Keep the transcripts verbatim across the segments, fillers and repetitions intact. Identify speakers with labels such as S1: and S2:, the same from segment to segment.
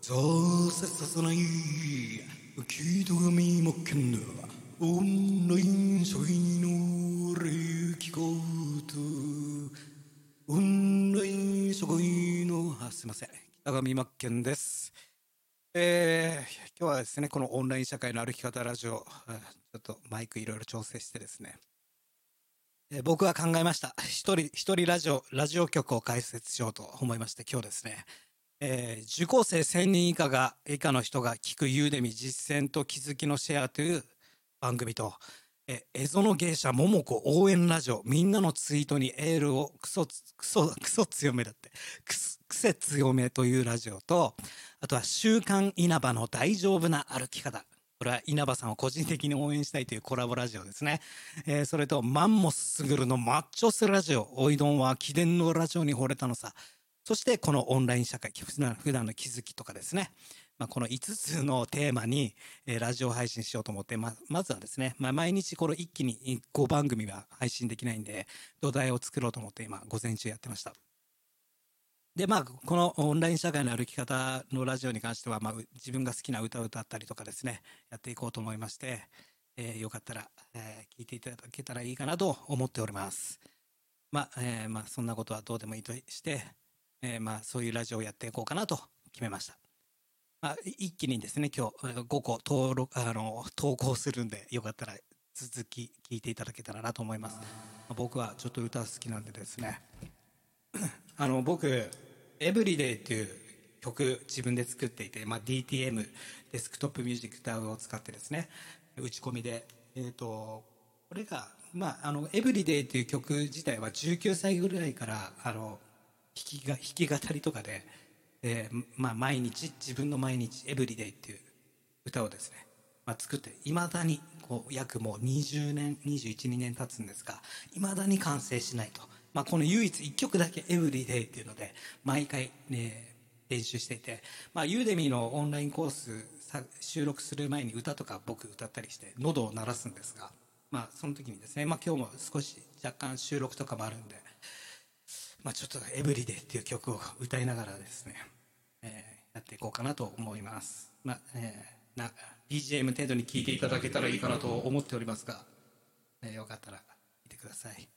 S1: 挫折させない木戸上もけんだオンライン社会の歴史オンライン社会のあすいません北上真剣です。えー、今日はですねこのオンライン社会の歩き方ラジオちょっとマイクいろいろ調整してですね、えー、僕は考えました。一人一人ラジオラジオ局を開設しようと思いまして、今日ですねえー、受講生せんにん以下が以下の人が聞くユーデミ実践と気づきのシェアという番組と、えー、蝦夷の芸者桃子応援ラジオみんなのツイートにエールをクソクソクソ強めだってクス癖強めというラジオと、あとは週刊稲葉の大丈夫な歩き方、これは稲葉さんを個人的に応援したいというコラボラジオですね、えー、それとマンモスすぐるのマッチョスラジオ、おいどんは貴殿のラジオに惚れたのさ、そしてこのオンライン社会普段の気づきとかですね、まあ、このいつつのテーマに、えー、ラジオ配信しようと思って、ままずはですね、まあ、毎日この一気にごばんぐみは配信できないんで土台を作ろうと思って今午前中やってました。でまあこのオンライン社会の歩き方のラジオに関しては、まあ、自分が好きな歌を歌ったりとかですねやっていこうと思いまして、えー、よかったら、えー、聞いていただけたらいいかなと思っております。まあ、えー、まあそんなことはどうでもいいとしてえー、まあそういうラジオをやっていこうかなと決めました。まあ、一気にですね今日ごこ登録あの投稿するんで、よかったら続き聞いていただけたらなと思います。まあ、僕はちょっと歌好きなんでですねあの僕エブリデイっていう曲自分で作っていて、まあ、ディーティーエム デスクトップミュージックタウを使ってですね打ち込みで、えーとこれがまああのエブリデイっていう曲自体はじゅうきゅうさいぐらいからあの弾きが弾き語りとかで、えーまあ、毎日自分の毎日エブリデイっていう歌をですね、まあ、作っていまだにこう約もうにじゅうねんにじゅういち、にねん経つんですがいまだに完成しないと、まあ、この唯一いっきょくだけエブリデイっていうので毎回、ね、練習していて、まあ、ユーデミのオンラインコース収録する前に歌とか僕歌ったりして喉を鳴らすんですが、まあ、その時にですね、まあ、今日も少し若干収録とかもあるんで、まあ、ちょっとエブリデイっていう曲を歌いながらですね、えー、やっていこうかなと思います。まあえー、な ビージーエム 程度に聴いていただけたらいいかなと思っておりますが、えー、よかったら聴いてください。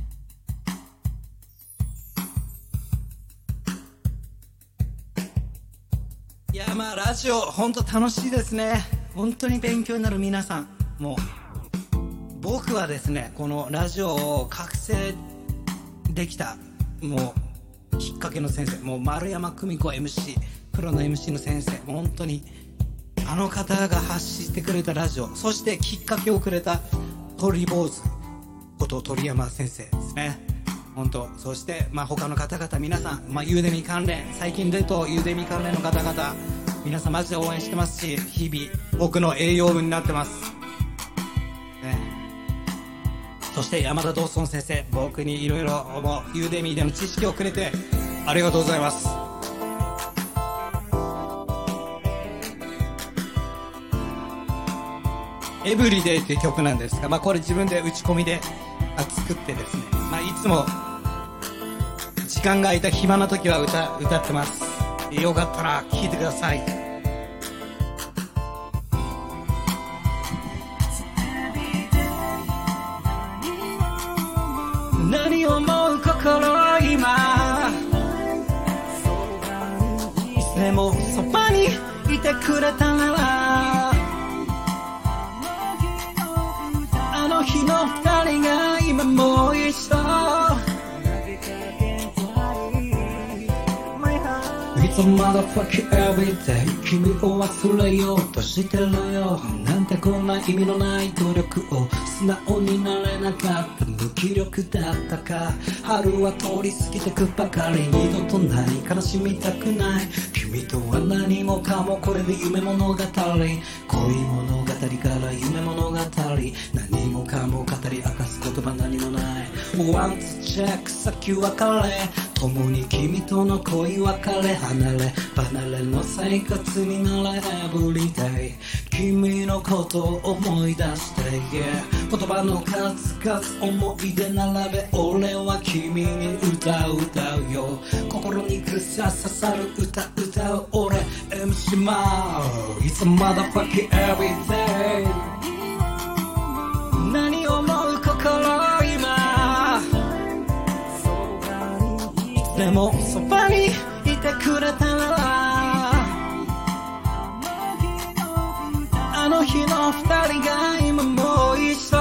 S1: いやまあラジオ本当楽しいですね。本当に勉強になる皆さん。もう僕はですねこのラジオを覚醒できたもうきっかけの先生、もう丸山久美子 エムシー プロの エムシー の先生、もう本当にあの方が発してくれたラジオ、そしてきっかけをくれた鳥坊主こと鳥山先生ですね。本当そして、まあ、他の方々皆さん、まあ、ユーデミ関連最近でとユーデミ関連の方々皆さんマジで応援してますし、日々僕の栄養分になってます、ね、そして山田道尊先生、僕にいろいろユーデミでの知識をくれてありがとうございます。エブリデイっていう曲なんですが、まあ、これ自分で打ち込みで作ってですね、まあ、いつも時間が空いた暇な時は 歌, 歌ってます。よかったら聴いてください。何を思う心今いつでもそばにいてくれたなら、あの日の二人が今もう一度It's a motherfucking everyday 君を忘れようとしてるよなんてこんな意味のない努力を素直になれなかった無気力だったか。春は通り過ぎてくばかり二度とない悲しみたくない君とは何もかもこれで夢物語恋物語から夢物語何もかも語り明かす言葉何もないワンツチェック先別れ共に君との恋別れ離れ離れの生活になれ Everyday 君のことを思い出して、yeah、言葉の数々思い出並べ俺は君に歌う歌うよ心にぐさ刺さる歌歌う俺エムシー マウ It's a motherfucking everyday 何思う心今いつでもそばにいてくれたならあの日の二人が今もう一緒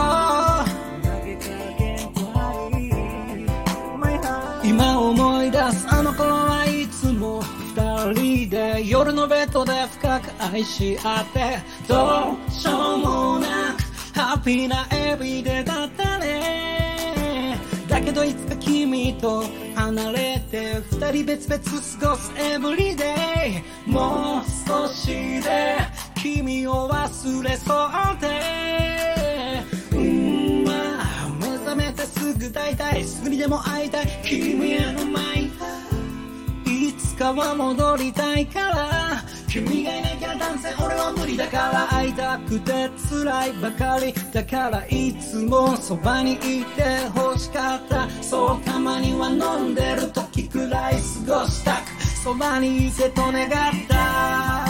S1: 今思い出すあの頃はいつも二人で夜のベッドで深く愛し合ってどうしようもなくハッピーなエビデだったねだけどいつか君と離れて二人別々過ごすエブリデイもう少しで君を忘れそうでうんまあ目覚めてすぐ大体すぐにでも会いたい君への前いつかは戻りたいから君がいなきゃ男性俺は無理だから会いたくて辛いばかりだからいつもそばにいて欲しかったそうたまには飲んでる時くらい過ごしたくそばにいてと願った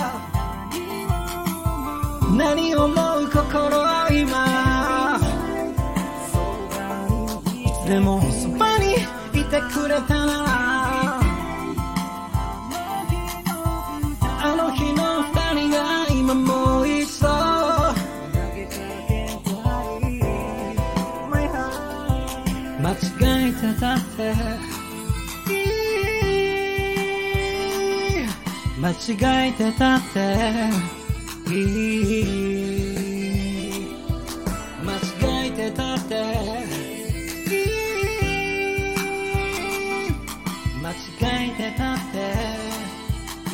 S1: 何思う心今いつでもそばにいてくれたならあの日の二人が今もう一緒間違えてたって間違えてたって間違えてたって間違えてたって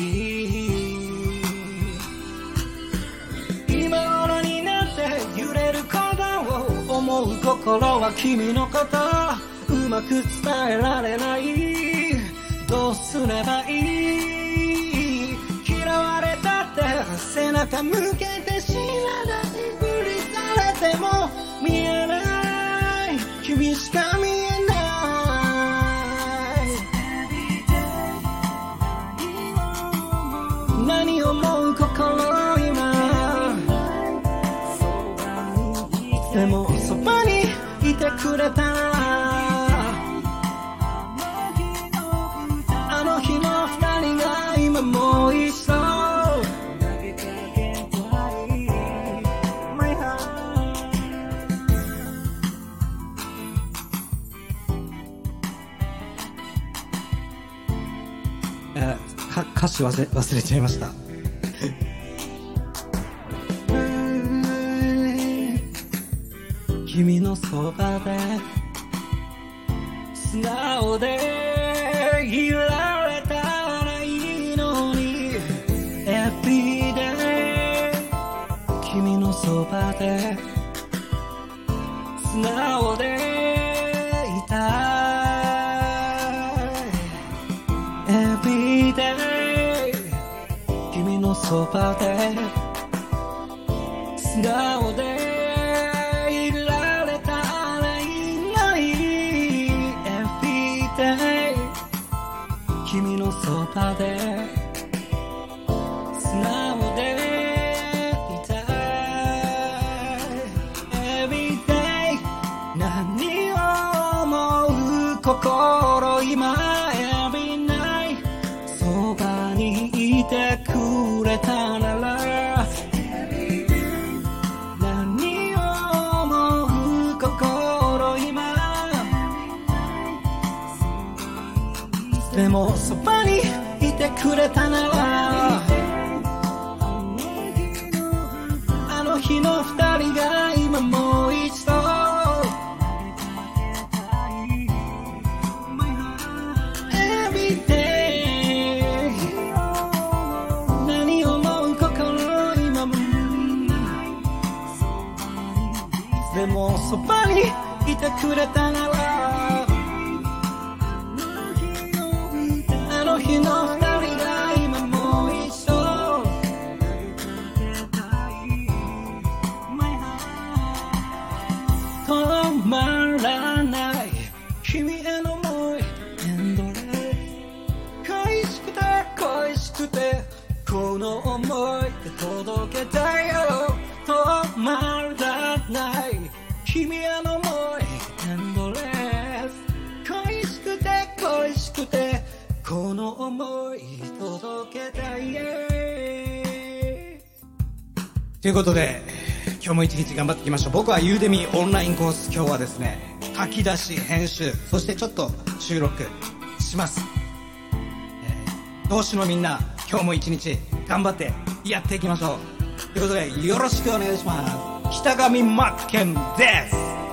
S1: 今頃になって揺れることを思う心は君のことうまく伝えられないどうすればいい嫌われたって背中向けて知らないふりされても見えない君しか見えない何思う心今いつでもそばにいてくれたらあの日の二人が今もう一緒歌詞忘れ、忘れちゃいました君のそばで素直でいられたらいいのに Everyday 君のそばで素直でいたい Everyday 君のそばで素直でいられたらいいのに Everyday 君のそばで素直でいたい Everyday 何を思う心今そばにいてくれたなら何を思う心今でもそばにいてくれたならあの日の二人が今もう一度でもそばにいてくれたならあの日の二人が今もう一緒止まらない君への想いエンドレス恋しくて恋しくてこの想いで届けたいよ止まらない君への想いエンドレス恋しくて恋しくてこの想い届けたいということで今日も一日頑張っていきましょう。僕はユーデミオンラインコース今日はですね書き出し編集そしてちょっと収録します、えー、同志のみんな今日も一日頑張ってやっていきましょうということでよろしくお願いします。北上真剣です。